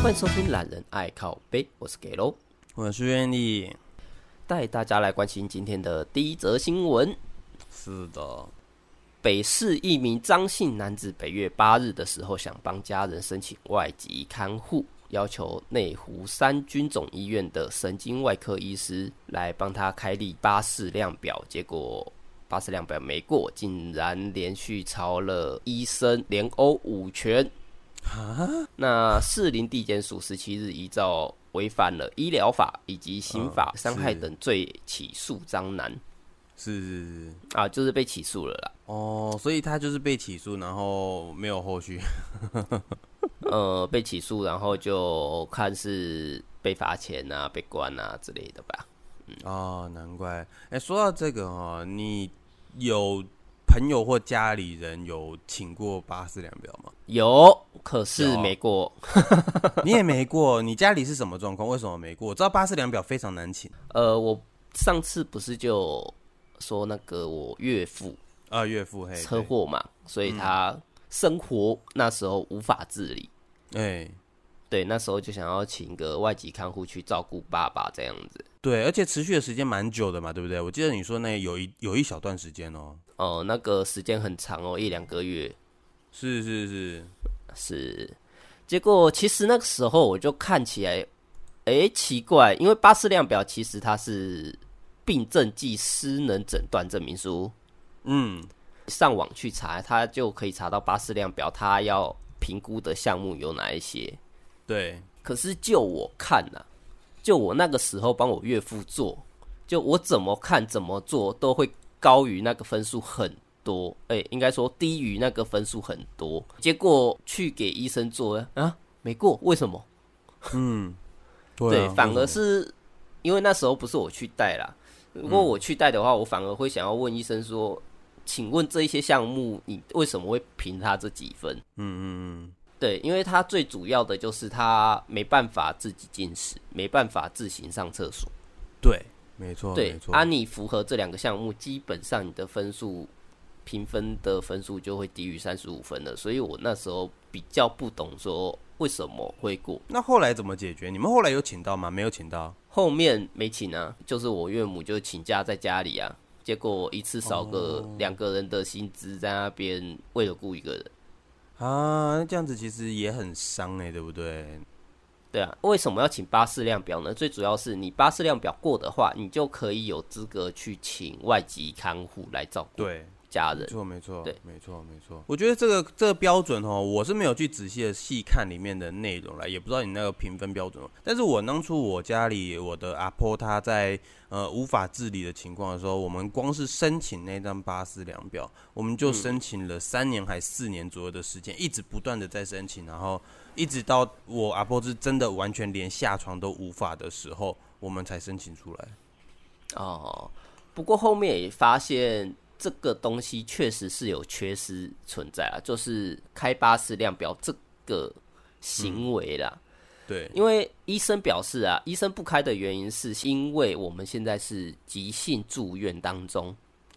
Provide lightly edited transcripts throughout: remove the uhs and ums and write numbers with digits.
欢迎收听懒人爱靠背，我是给喽， 我是愿意带大家来关心今天的第一则新闻。 是的， 北市一名张姓男子北月8日的时候，想帮家人申请外籍看护，要求内湖三军总医院的神经外科医师来帮他开立巴氏量表，结果巴氏量表没过，竟然连续朝了医生连殴5拳。那士林地检署17日依照违反了医疗法以及刑法伤害等罪起诉张男。 是啊，就是被起诉了啦。 哦，所以他就是被起诉，然后没有后续。 被起诉，然后就看是被罚钱啊、被关啊之类的吧。 哦，难怪。说到这个哦，你有朋友或家里人有请过巴氏量表吗？ 有，可是没过。 你也没过？你家里是什么状况？为什么没过？我知道巴氏量表非常难请。 我上次不是就说那个我岳父车祸嘛，所以他生活那时候无法自理。对，那时候就想要请个外籍看护去照顾爸爸这样子。 对，而且持续的时间蛮久的嘛，对不对？我记得你说那有一小段时间哦。 那个时间很长哦，1-2个月。 是。 结果其实那个时候我就看起来，奇怪，因为巴氏量表其实它是病症暨失能诊断证明书。上网去查，它就可以查到巴氏量表它要评估的项目有哪一些。 对， 可是就我看啊，就我那个时候帮我岳父做，就我怎么看怎么做都会高于那个分数很多，应该说低于那个分数很多。结果去给医生做啊，没过，为什么？对，反而是因为那时候不是我去带啦。如果我去带的话，我反而会想要问医生说，请问这一些项目你为什么会评他这几分？对，因为他最主要的就是他没办法自己进食，没办法自行上厕所。 对，没错。 对，你符合这2个项目，基本上你的分数评分的分数就会低于35分了。所以我那时候比较不懂说为什么会过。 那后来怎么解决？你们后来有请到吗？没有请到。 后面没请啊，就是我岳母就请假在家里啊，结果一次少个2个人的薪资在那边，为了雇1个人。 那这样子其实也很伤对不对？ 对啊，为什么要请巴氏量表呢？最主要是你巴氏量表过的话，你就可以有资格去请外籍看护来照顾家人。 没错， 对， 没错。我觉得这个标准我是没有去仔细的细看里面的内容啦，也不知道你那个评分标准。但是我当初我家里我的阿婆她在无法自理的情况的时候，我们光是申请那张巴氏量表，我们就申请了3年还4年左右的时间，一直不断的在申请，然后一直到我阿婆是真的完全连下床都无法的时候，我们才申请出来。 不过后面也发现这个东西确实是有缺失存在啊，就是开巴氏量表这个行为啦。 对， 因为医生表示啊，医生不开的原因是因为我们现在是急性住院当中。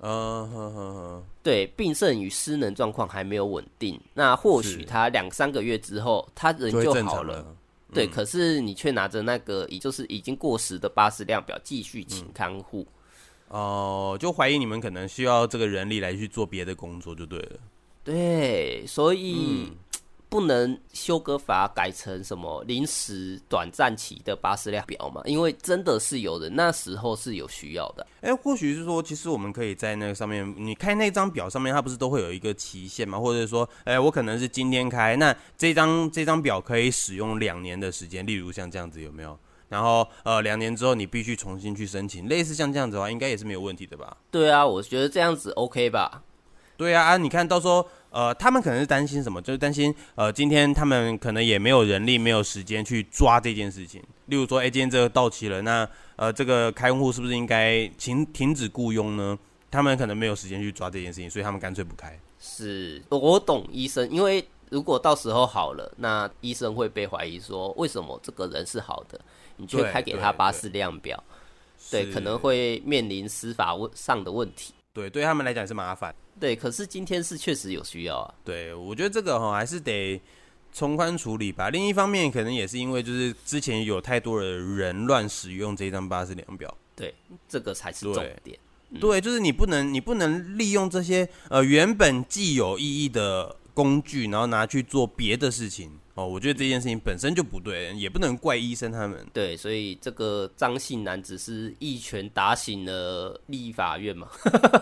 对，病症与失能状况还没有稳定，那或许他2-3个月之后，他人就好了。对，可是你却拿着那个也就是已经过时的巴氏量表继续请看护。 就怀疑你们可能需要这个人力来去做别的工作就对了。 对，所以不能修个法改成什么临时短暂期的巴氏量表嘛？因为真的是有人那时候是有需要的。 或许是说，其实我们可以在那个上面，你开那张表上面，它不是都会有一个期限嘛？或者说，我可能是今天开，那这张表可以使用2年的时间，例如像这样子有没有？然后2年之后你必须重新去申请，类似像这样子的话，应该也是没有问题的吧？ 对啊，我觉得这样子 OK 吧？ 对啊，你看到时候他们可能是担心什么？就是担心今天他们可能也没有人力、没有时间去抓这件事情。例如说，今天这个到期了，那这个开户是不是应该停止雇佣呢？他们可能没有时间去抓这件事情，所以他们干脆不开。 是，我懂医生，因为如果到时候好了，那医生会被怀疑说，为什么这个人是好的，你却开给他巴氏量表？对，可能会面临司法上的问题。 对，对他们来讲是麻烦。 对，可是今天是确实有需要啊。 对，我觉得这个还是得从宽处理吧。另一方面，可能也是因为就是之前有太多的人乱使用这张巴氏量表。 对，这个才是重点。 对，就是你不能利用这些原本既有意义的工具，然后拿去做别的事情。我觉得这件事情本身就不对，也不能怪医生他们。 对，所以这个张姓男子是一拳打醒了立法院嘛？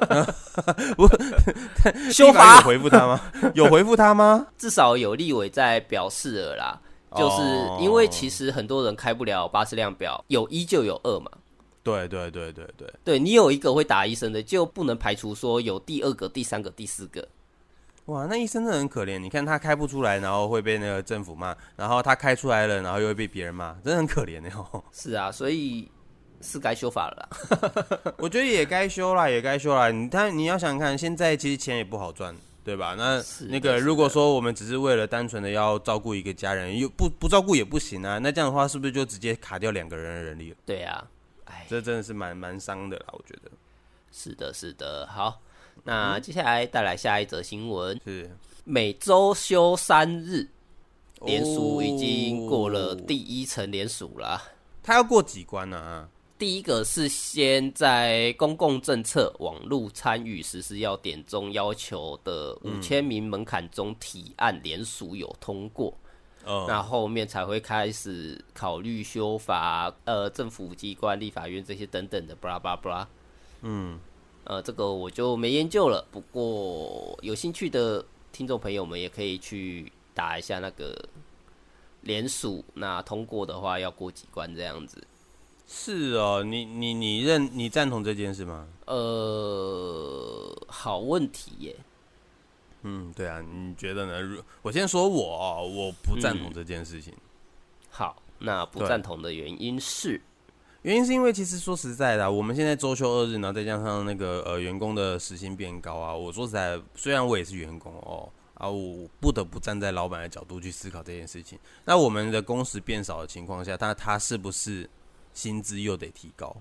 修法有回复他吗？有回复他吗？ 至少有立委在表示了啦，就是因为其实很多人开不了巴氏量表，有一就有二嘛。对，你有一个会打医生的，就不能排除说有第二个、第三个、第四个。 哇，那医生真的很可怜。你看他开不出来，然后会被那个政府骂，然后他开出来了，然后又会被别人骂，真的很可怜哦。 是啊，所以是该修法了啦。 我觉得也该修啦，也该修啦。你要想想看，现在其实钱也不好赚，对吧？那个如果说我们只是为了单纯的要照顾一个家人，又不照顾也不行啊。那这样的话，是不是就直接卡掉2个人的人力了？ 对啊， 这真的是蛮伤的啦，我觉得。 是的，好。那接下来带来下一则新闻， 是每周休3日，联署已经过了第1层联署了。 他要过几关啊？ 第一个是先在公共政策网络参与实施要点中要求的5000名门槛中提案联署有通过，那后面才会开始考虑修法，政府机关、立法院这些等等的，巴拉巴拉。这个我就没研究了。不过有兴趣的听众朋友们也可以去打一下那个联署，那通过的话要过几关这样子。 是哦，你赞同这件事吗？ 好问题耶。 对啊，你觉得呢？我先说我不赞同这件事情。 好，那不赞同的原因是？ 原因是因为其实说实在的我们现在周休2日，然后再加上那个员工的时薪变高啊，我说实在，虽然我也是员工我不得不站在老板的角度去思考这件事情。那我们的工时变少的情况下，他是不是薪资又得提高？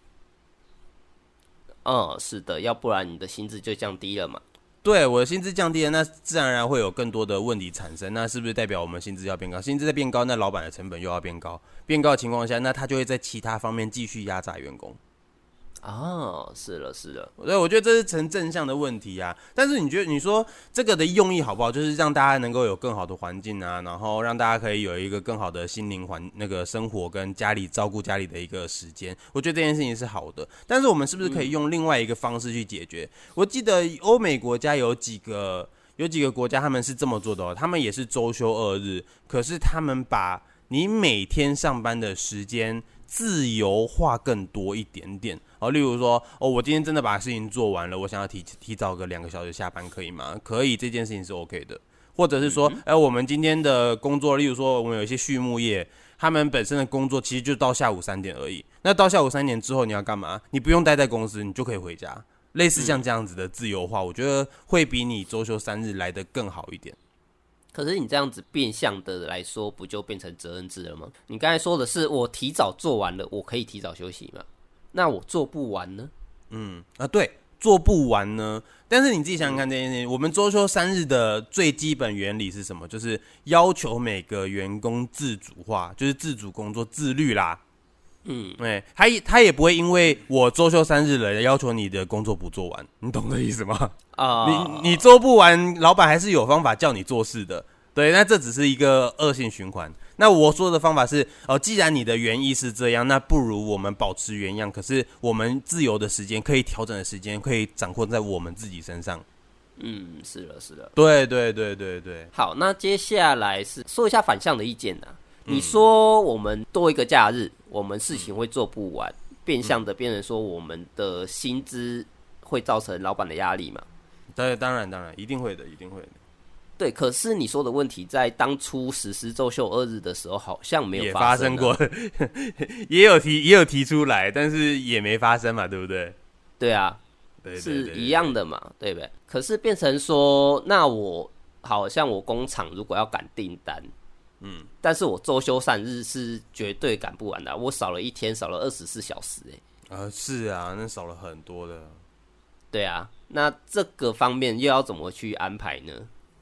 是的，要不然你的薪资就降低了嘛。 对，我的薪资降低了，那自然而然会有更多的问题产生。那是不是代表我们薪资要变高？薪资在变高，那老板的成本又要变高。变高的情况下，那他就会在其他方面继续压榨员工。 是了。 对，我觉得这是成正向的问题啊。但是你说这个的用意好不好？就是让大家能够有更好的环境啊，然后让大家可以有一个更好的心灵那个生活跟家里照顾家里的一个时间。我觉得这件事情是好的。但是我们是不是可以用另外一个方式去解决？我记得欧美国家有几个国家他们是这么做的他们也是周休2日，可是他们把你每天上班的时间自由化更多一点点。例如说我今天真的把事情做完了，我想要提早个2个小时下班可以吗？可以，这件事情是 OK 的。或者是说我们今天的工作，例如说我们有一些畜牧业，他们本身的工作其实就到下午3点而已。那到下午3点之后你要干嘛？你不用待在公司，你就可以回家。类似像这样子的自由化，我觉得会比你周休3日来得更好一点。 可是你这样子变相的来说，不就变成责任制了吗？你刚才说的是我提早做完了，我可以提早休息嘛？那我做不完呢？ 对，做不完呢。但是你自己想想看这件事情，我们周休3日的最基本原理是什么？就是要求每个员工自主化，就是自主工作、自律啦。他也不会因为我周休3日了，要求你的工作不做完，你懂这意思吗？你做不完，老板还是有方法叫你做事的。对，那这只是一个恶性循环。那我说的方法是，既然你的原意是这样，那不如我们保持原样。可是我们自由的时间，可以调整的时间，可以掌控在我们自己身上。 是了。 对。 好，那接下来是说一下反向的意见啊。你说我们多一个假日，我们事情会做不完，变相的变成说我们的薪资会造成老板的压力嘛？ 对，当然，一定会的。 对，可是你说的问题在当初实施周休2日的时候，好像没有发生过，也有提出来，但是也没发生嘛，对不对？ 对啊， 对是一样的嘛，对不对？可是变成说，那我好像我工厂如果要赶订单，但是我周休3日是绝对赶不完的，我少了一天，少了24小时， 是啊，那少了很多的。 对啊，那这个方面又要怎么去安排呢？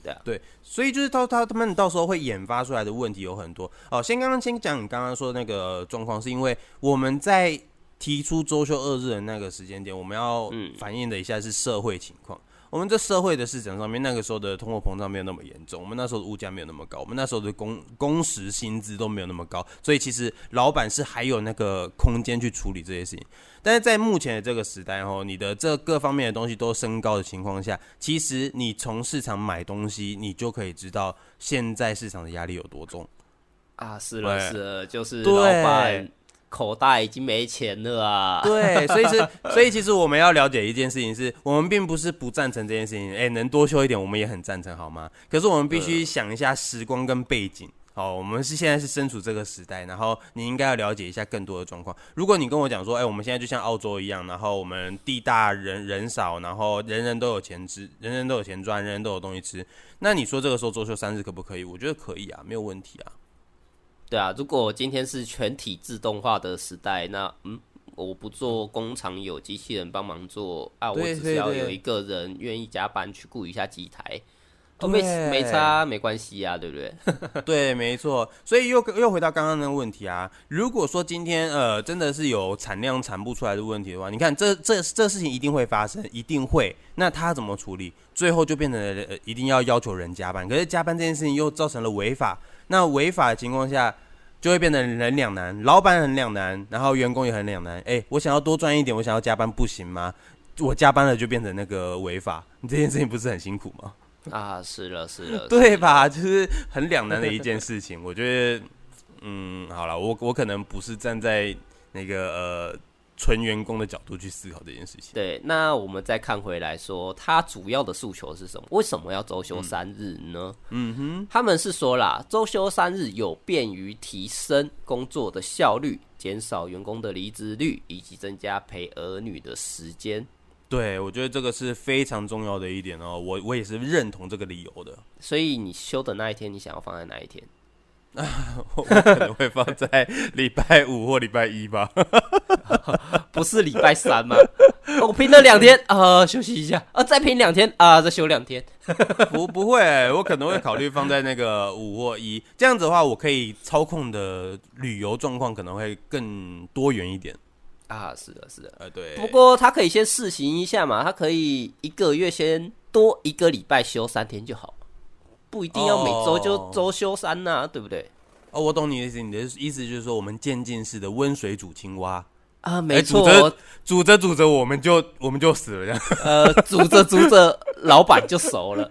对啊， 对，所以就是他们到时候会研发出来的问题有很多哦。先讲你刚刚说的那个状况，是因为我们在提出周休2日的那个时间点，我们要反映的一下是社会情况。我们这社会的市场上面，那个时候的通货膨胀没有那么严重，我们那时候的物价没有那么高，我们那时候的工时薪资都没有那么高，所以其实老板是还有那个空间去处理这些事情。但是在目前的这个时代你的这各方面的东西都升高的情况下，其实你从市场买东西，你就可以知道现在市场的压力有多重啊！是了，就是老板口袋已经没钱了啊！ 对，所以其实我们要了解一件事情是，我们并不是不赞成这件事情，能多休一点，我们也很赞成，好吗？可是我们必须想一下时光跟背景。我们现在是身处这个时代，然后你应该要了解一下更多的状况。如果你跟我讲说，我们现在就像澳洲一样，然后我们地大人少，然后人人都有钱吃，人人都有钱赚，人人都有东西吃，那你说这个时候周休3日可不可以？我觉得可以啊，没有问题啊。 对啊，如果今天是全体自动化的时代，那我不做工厂，有机器人帮忙做啊，我只是要有一个人愿意加班去顾一下机台，没差，没关系啊，对不对？ 对，没错。所以又回到刚刚那个问题啊，如果说今天真的是有产量产不出来的问题的话，你看这事情一定会发生，一定会。那他怎么处理？最后就变成了一定要求人加班，可是加班这件事情又造成了违法。那违法的情况下，就会变得人两难，老板很两难，然后员工也很两难。我想要多赚一点，我想要加班不行吗？我加班了就变成那个违法，你这件事情不是很辛苦吗？ 啊，是了， 对吧？就是很两难的一件事情。我觉得，好了，我可能不是站在那个纯员工的角度去思考这件事情。 对，那我们再看回来说，他主要的诉求是什么？为什么要周休3日呢？他们是说啦，周休3日有便于提升工作的效率，减少员工的离职率，以及增加陪儿女的时间。 对，我觉得这个是非常重要的一点哦，我也是认同这个理由的。 所以你休的那一天，你想要放在哪一天？ 我可能会放在礼拜5或礼拜1吧。 不是礼拜3吗？我拼了2天休息一下再拼2天再休2天。 不会，我可能会考虑放在那个5或1，这样子的话，我可以操控的旅游状况可能会更多元一点。 是的， 对。 不过他可以先试行一下嘛，他可以1个月先多1个礼拜休3天就好，不一定要每周就周休3啊，对不对？ 我懂你的意思，你的意思就是说我们渐进式的温水煮青蛙没错， 煮着我们就死了这样。 煮着老板就熟了，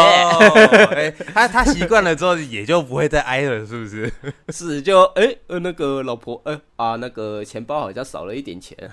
他习惯了之后也就不会再挨了，是不是？ 是就那个老婆那个钱包好像少了一点钱。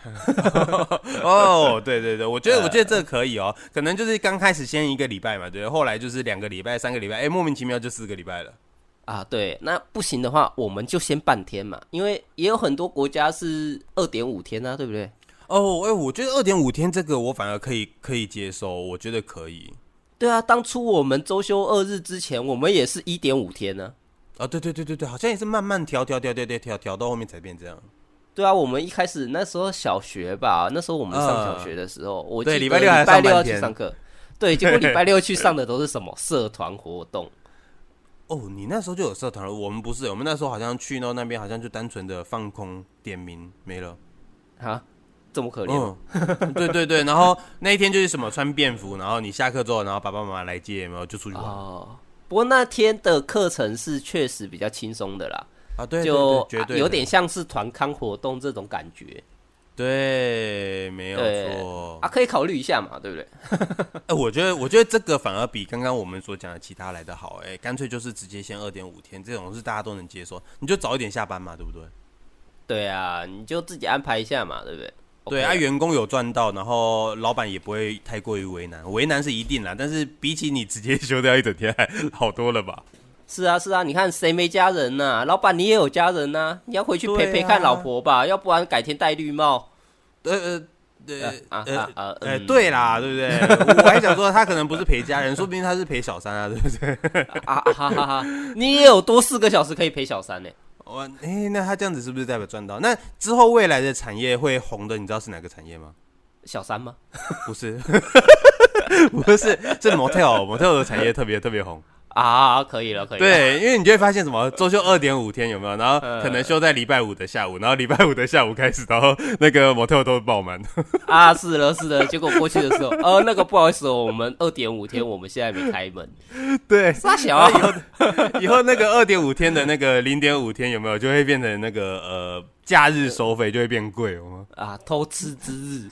对，我觉得这个可以哦，可能就是刚开始先1个礼拜嘛，对，后来就是2个礼拜、3个礼拜，莫名其妙就4个礼拜了。 对，那不行的话，我们就先半天嘛，因为也有很多国家是2.5天啊，对不对？ 我觉得2.5天这个我反而可以接受，我觉得可以。 对啊，当初我们周休2日之前，我们也是1.5天呢。 对，好像也是慢慢调到后面才变这样。 对啊，我们一开始那时候小学吧，那时候我们上小学的时候，我记得礼拜 6要去上课，对，结果礼拜6去上的都是什么社团活动。 你那时候就有社团了，我们不是，我们那时候好像去到那边，好像就单纯的放空点名没了。 这么可怜？ 对，然后那一天就是什么穿便服，然后你下课之后，然后爸爸妈妈来接，然后就出去玩。 不过那天的课程是确实比较轻松的啦。 对，绝对有点像是团康活动这种感觉。 对，没有错可以考虑一下嘛，对不对？ 我觉得这个反而比刚刚我们所讲的其他来的好。干脆就是直接先2.5天，这种是大家都能接受，你就早一点下班嘛，对不对？ 对啊，你就自己安排一下嘛，对不对？ 对员工有赚到，然后老板也不会太过于为难是一定啦，但是比起你直接休掉1整天还好多了吧？ 是啊，你看谁没家人啊？老板你也有家人啊，你要回去陪看老婆吧，要不然改天戴绿帽。对啦，对不对？我还想说他可能不是陪家人，说不定他是陪小三啊，对不对？ 你也有多4个小时可以陪小三呢。 那他这样子是不是代表赚到？那之后未来的产业会红的，你知道是哪个产业吗？ 小三吗？ 不是， 不是，是 motel 的产业特别红。 啊，可以了，可以了。 对，因为你就会发现什么周休2.5天有没有？然后可能休在礼拜五的下午，然后礼拜五的下午开始，然后那个 motel 都爆满。 啊，是的，是的。结果过去的时候，那个不好意思我们2.5天我们现在没开门。 对， 傻小啊。 以后那个2.5天的那个0.5天有没有就会变成那个假日收费就会变贵哦。 啊，偷吃之日。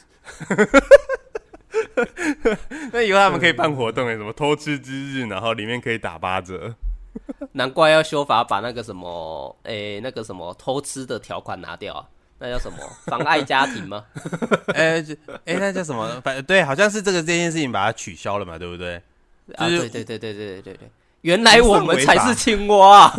那以后他们可以办活动，什么偷吃之日，然后里面可以打8折。 难怪要修法把那个什么，那个什么偷吃的条款拿掉啊？那叫什么？妨碍家庭吗？ 那叫什么？对，好像是这件事情把它取消了嘛，对不对？ 啊，对，原来我们才是青蛙。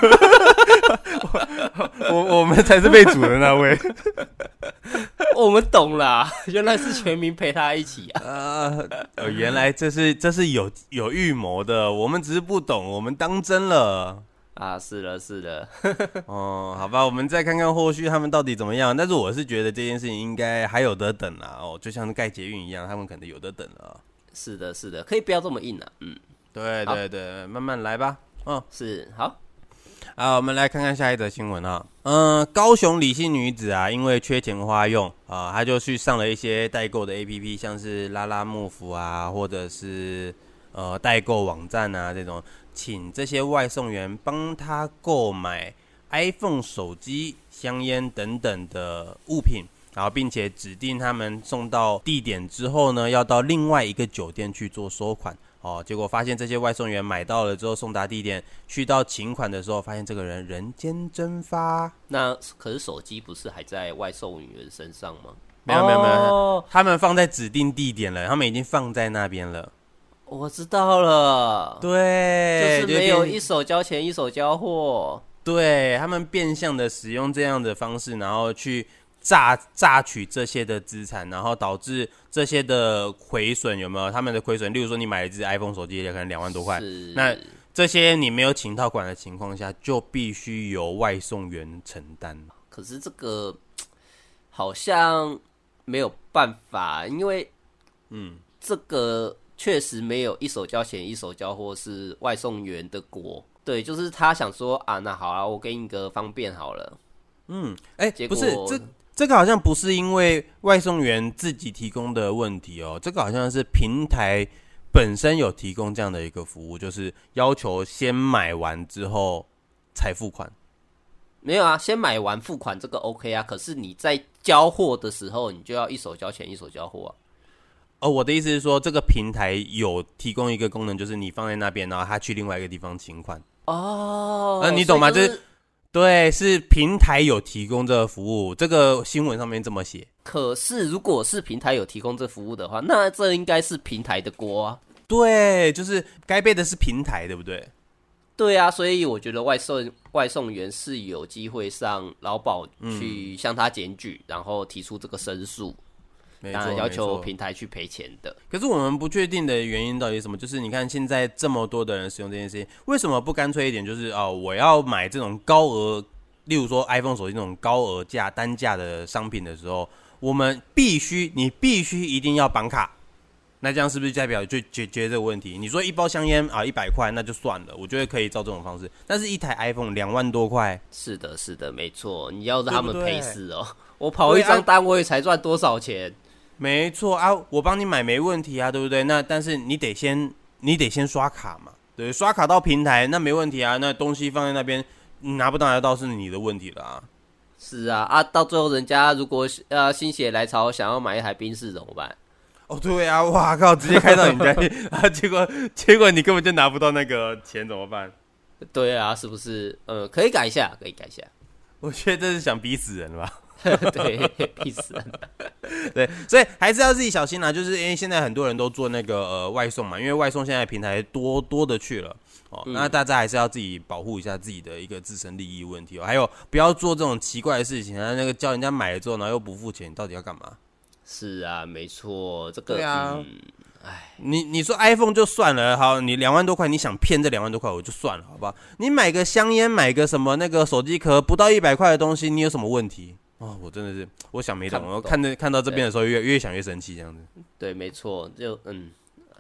我们才是被煮的那位。 我们懂啦，原来是全民陪他一起啊！原来这是有预谋的，我们只是不懂，我们当真了啊！是的。 哦，好吧，我们再看看后续他们到底怎么样。但是我是觉得这件事情应该还有得等啦，就像是盖捷运一样，他们可能有得等了。 是的，可以不要这么硬啊。 对，慢慢来吧。 是好。 我们来看看下一则新闻啊。高雄李姓女子啊，因为缺钱花用啊，她就去上了一些代购的 APP， 像是拉拉木服啊，或者是代购网站啊这种，请这些外送员帮她购买 iPhone 手机、香烟等等的物品，然后并且指定他们送到地点之后呢，要到另外一个酒店去做收款。结果发现这些外送员买到了之后送达地点，去到请款的时候，发现这个人人间蒸发。 那可是手机不是还在外送员身上吗？ 没有，他们放在指定地点了，他们已经放在那边了。 我知道了， 对， 就是没有一手交钱一手交货。 对，他们变相的使用这样的方式，然后去榨取这些的资产，然后导致这些的亏损，有没有？他们的亏损，例如说你买了一只 iPhone 手机，可能2万多块，那这些你没有请到款的情况下，就必须由外送员承担。 可是这个好像没有办法，因为这个确实没有一手交钱一手交货是外送员的锅。对，就是他想说啊，那好啊，我给你个方便好了。 不是这个好像不是因为外送员自己提供的问题哦，这个好像是平台本身有提供这样的一个服务，就是要求先买完之后才付款。 没有啊，先买完付款这个 OK 啊，可是你在交货的时候，你就要一手交钱一手交货啊。 我的意思是说，这个平台有提供一个功能，就是你放在那边，然后他去另外一个地方请款。你懂吗？就是对，是平台有提供这个服务，这个新闻上面这么写。 可是如果是平台有提供这服务的话，那这应该是平台的锅啊。 对，就是该背的是平台，对不对？ 对啊，所以我觉得外送员是有机会上劳保去向他检举，然后提出这个申诉。当然要求平台去赔钱的。 可是我们不确定的原因到底是什么？就是你看现在这么多的人使用这件事情，为什么不干脆一点？就是我要买这种高额，例如说 iPhone 手机那种高额单价的商品的时候，你必须一定要绑卡。那这样是不是代表就解决这个问题？你说一包香烟100块，那就算了，我觉得可以照这种方式。但是一台 iPhone 2万多块， 是的，没错，你要让他们赔死哦。我跑一张单，我也才赚多少钱？ 没错啊，我帮你买没问题啊，对不对？那但是你得先刷卡嘛，对，刷卡到平台那没问题啊，那东西放在那边，你拿不拿得到是你的问题了啊。 是啊，到最后人家如果心血来潮想要买一台宾士怎么办？ 对啊，哇靠，直接开到你家去啊，结果你根本就拿不到那个钱怎么办？ 对啊，是不是？可以改一下。 我觉得这是想逼死人了吧？ 对，逼死人。 对，所以还是要自己小心啦。就是因为现在很多人都做那个外送嘛，因为外送现在平台多的去了那大家还是要自己保护一下自己的一个自身利益问题还有不要做这种奇怪的事情那个叫人家买了之后然后又不付钱，你到底要干嘛？ 是啊，没错，这个对啊。你说 iPhone 就算了，好，你2万多块，你想骗这2万多块我就算了，好不好？你买个香烟，买个什么那个手机壳，不到100块的东西，你有什么问题？我真的是我想没懂，我看到这边的时候越想越生气，这样子。 对，没错，就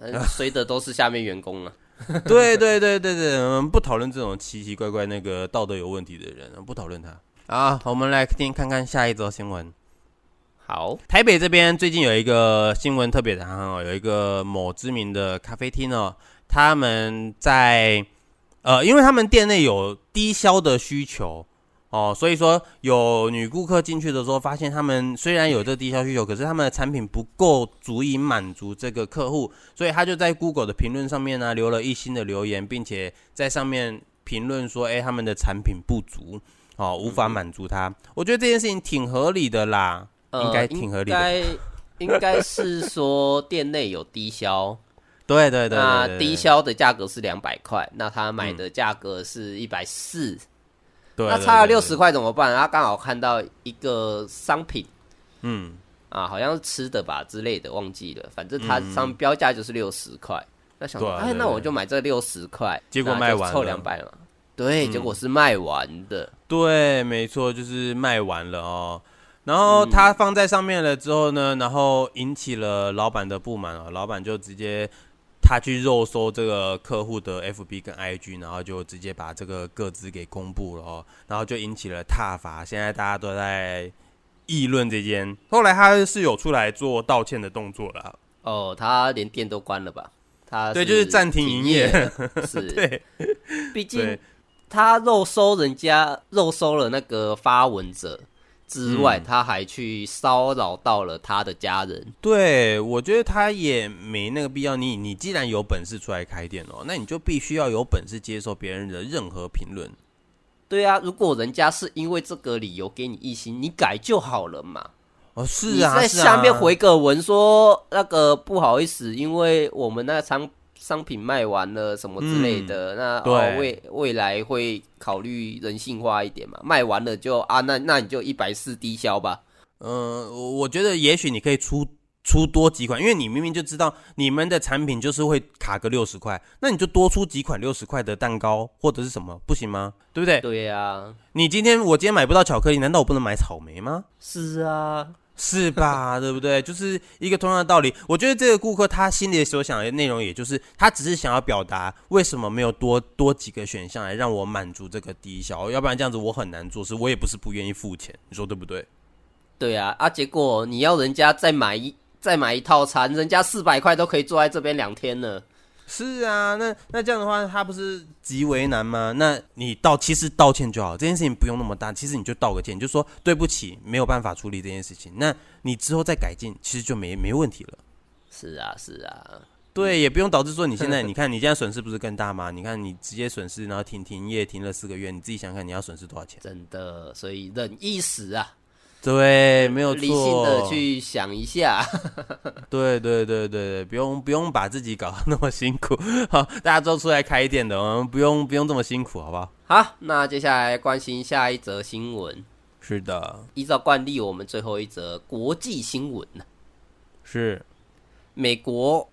衰的都是下面员工啊。 对，我们不讨论这种奇奇怪怪那个道德有问题的人，不讨论他。好，我们来看看下一则新闻。 好， 台北这边最近有一个新闻特别的哦，有一个某知名的咖啡厅哦，他们在因为他们店内有低消的需求哦，所以说有女顾客进去的时候，发现他们虽然有这低消需求，可是他们的产品不够足以满足这个客户，所以他就在 Google 的评论上面呢留了1星的留言，并且在上面评论说，他们的产品不足哦，无法满足他。我觉得这件事情挺合理的啦，应该挺合理的。 应该是说店内有低消。 对， 那低消的价格是200块，那他买的价格是140。那差了60块怎么办？他刚好看到一个商品，好像是吃的吧之类的，忘记了。反正它上标价就是60块。那想说，那我就买这60块， 结果卖完了， 凑200嘛。对，结果是卖完的。 对，没错，就是卖完了哦。然后他放在上面了之后呢，然后引起了老板的不满哦。老板就直接他去肉搜这个客户的 FB 跟 IG， 然后就直接把这个个资给公布了哦，然后就引起了挞伐。现在大家都在议论这件，后来他是有出来做道歉的动作啦。 哦，他连店都关了吧？ 对，就是暂停营业。 是， 对， 毕竟他肉搜了那个发文者之外，他还去骚扰到了他的家人。 对，我觉得他也没那个必要。你既然有本事出来开店哦，那你就必须要有本事接受别人的任何评论。 对啊，如果人家是因为这个理由给你1星，你改就好了嘛。 哦，是啊， 你在下面回个文说那个不好意思，因为我们那商品卖完了什么之类的，那未来会考虑人性化一点嘛，卖完了就那你就140低消吧。 我觉得也许你可以出多几款，因为你明明就知道你们的产品就是会卡个60块，那你就多出几款60块的蛋糕或者是什么，不行吗？对不对？ 对啊， 我今天买不到巧克力，难道我不能买草莓吗？ 是啊， 是吧？对不对？就是一个同样的道理。我觉得这个顾客他心里所想的内容，也就是他只是想要表达为什么没有多几个选项来让我满足这个低消，要不然这样子我很难做事，我也不是不愿意付钱，你说对不对？ 对啊，结果你要人家再买一套餐，人家400块都可以坐在这边2天了。 是啊，那这样的话，他不是极为难吗？那你其实道歉就好，这件事情不用那么大，其实你就道个歉，你就说对不起，没有办法处理这件事情，那你之后再改进，其实就没问题了。 是啊， 对，也不用导致说你现在，你看你现在损失不是更大吗？你看你直接损失，然后停业停了4个月，你自己想想你要损失多少钱？ 真的，所以忍一时啊。 对，没有错， 理性的去想一下。 对，不用把自己搞得那么辛苦。好，大家都出来开店的，我们不用这么辛苦，好不好？ 好，那接下来关心下一则新闻。 是的， 依照惯例，我们最后一则国际新闻是美国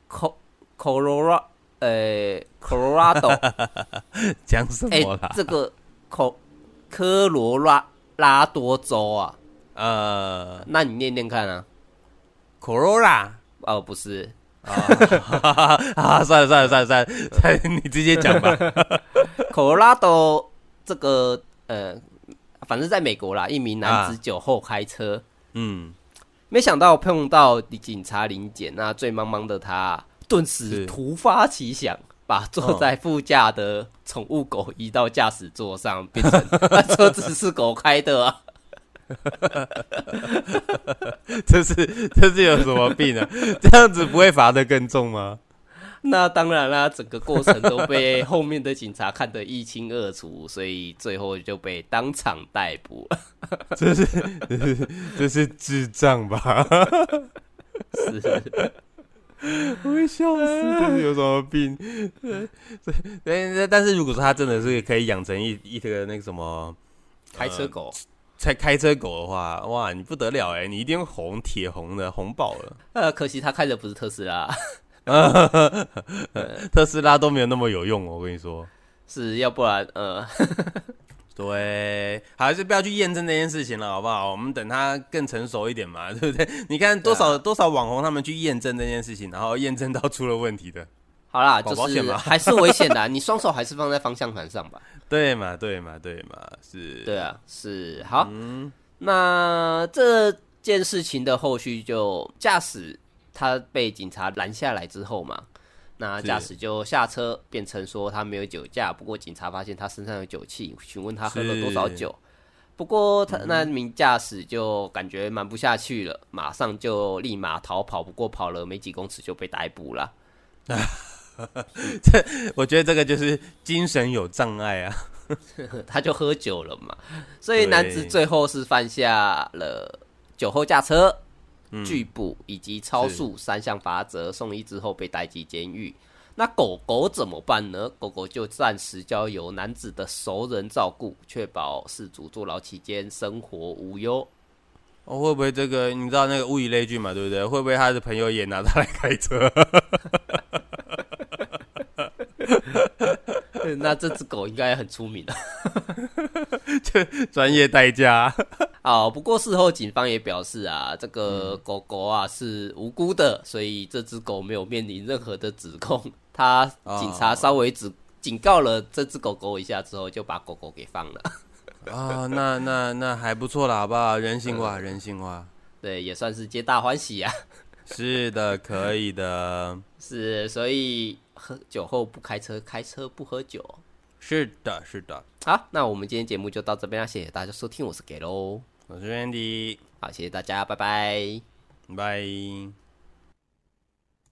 Colorado 讲什么啦？ 这个科罗拉多州啊。那你念念看啊 ，Corona 不是算了，你直接讲吧。 Colorado 这个反正在美国啦，一名男子酒后开车，没想到碰到警察临检，那醉茫茫的他顿时突发奇想，把坐在副驾的宠物狗移到驾驶座上，变成车子是狗开的啊。 这是有什么病啊？这样子不会罚得更重吗？ 那当然啦，整个过程都被后面的警察看得一清二楚，所以最后就被当场逮捕了。这是智障吧？是，我会笑死，这是有什么病？ 但是如果说他真的是可以养成一个那个什么开车狗。 开车狗的话，哇，你不得了哎！你一定铁红的，红爆了。 可惜他开的不是特斯拉， 特斯拉都没有那么有用哦，我跟你说。 是要不然对，还是不要去验证这件事情了，好不好？我们等他更成熟一点嘛，对不对？你看多少网红他们去验证这件事情，然后验证到出了问题的。 好啦，就是还是危险的，你双手还是放在方向盘上吧。 对嘛，是。 对啊，是好。那这件事情的后续就驾驶他被警察拦下来之后嘛，那驾驶就下车，变成说他没有酒驾，不过警察发现他身上有酒气，询问他喝了多少酒。不过他那名驾驶就感觉瞒不下去了，马上就立马逃跑，不过跑了没几公尺就被逮捕了。 我觉得这个就是精神有障碍啊。 他就喝酒了嘛，所以男子最后是犯下了酒后驾车、拒捕以及超速3项罚则，送医之后被带进监狱。那狗狗怎么办呢？狗狗就暂时交由男子的熟人照顾，确保事主坐牢期间生活无忧。 会不会这个你知道那个物以类聚嘛，对不对？会不会他的朋友也拿他来开车？ 那这只狗应该很出名的， 就专业代驾。 好，不过事后警方也表示啊，这个狗狗啊是无辜的，所以这只狗没有面临任何的指控。警察稍微警告了这只狗狗一下之后，就把狗狗给放了。 那还不错啦，好不好？人性化，人性化。 对，也算是皆大欢喜啊。 是的，可以的。 是，所以喝酒后不开车，开车不喝酒。 是的，是的。 好，那我们今天节目就到这边了，谢谢大家收听，我是 Gelo， 我是 Andy， 好，谢谢大家，拜拜， 拜。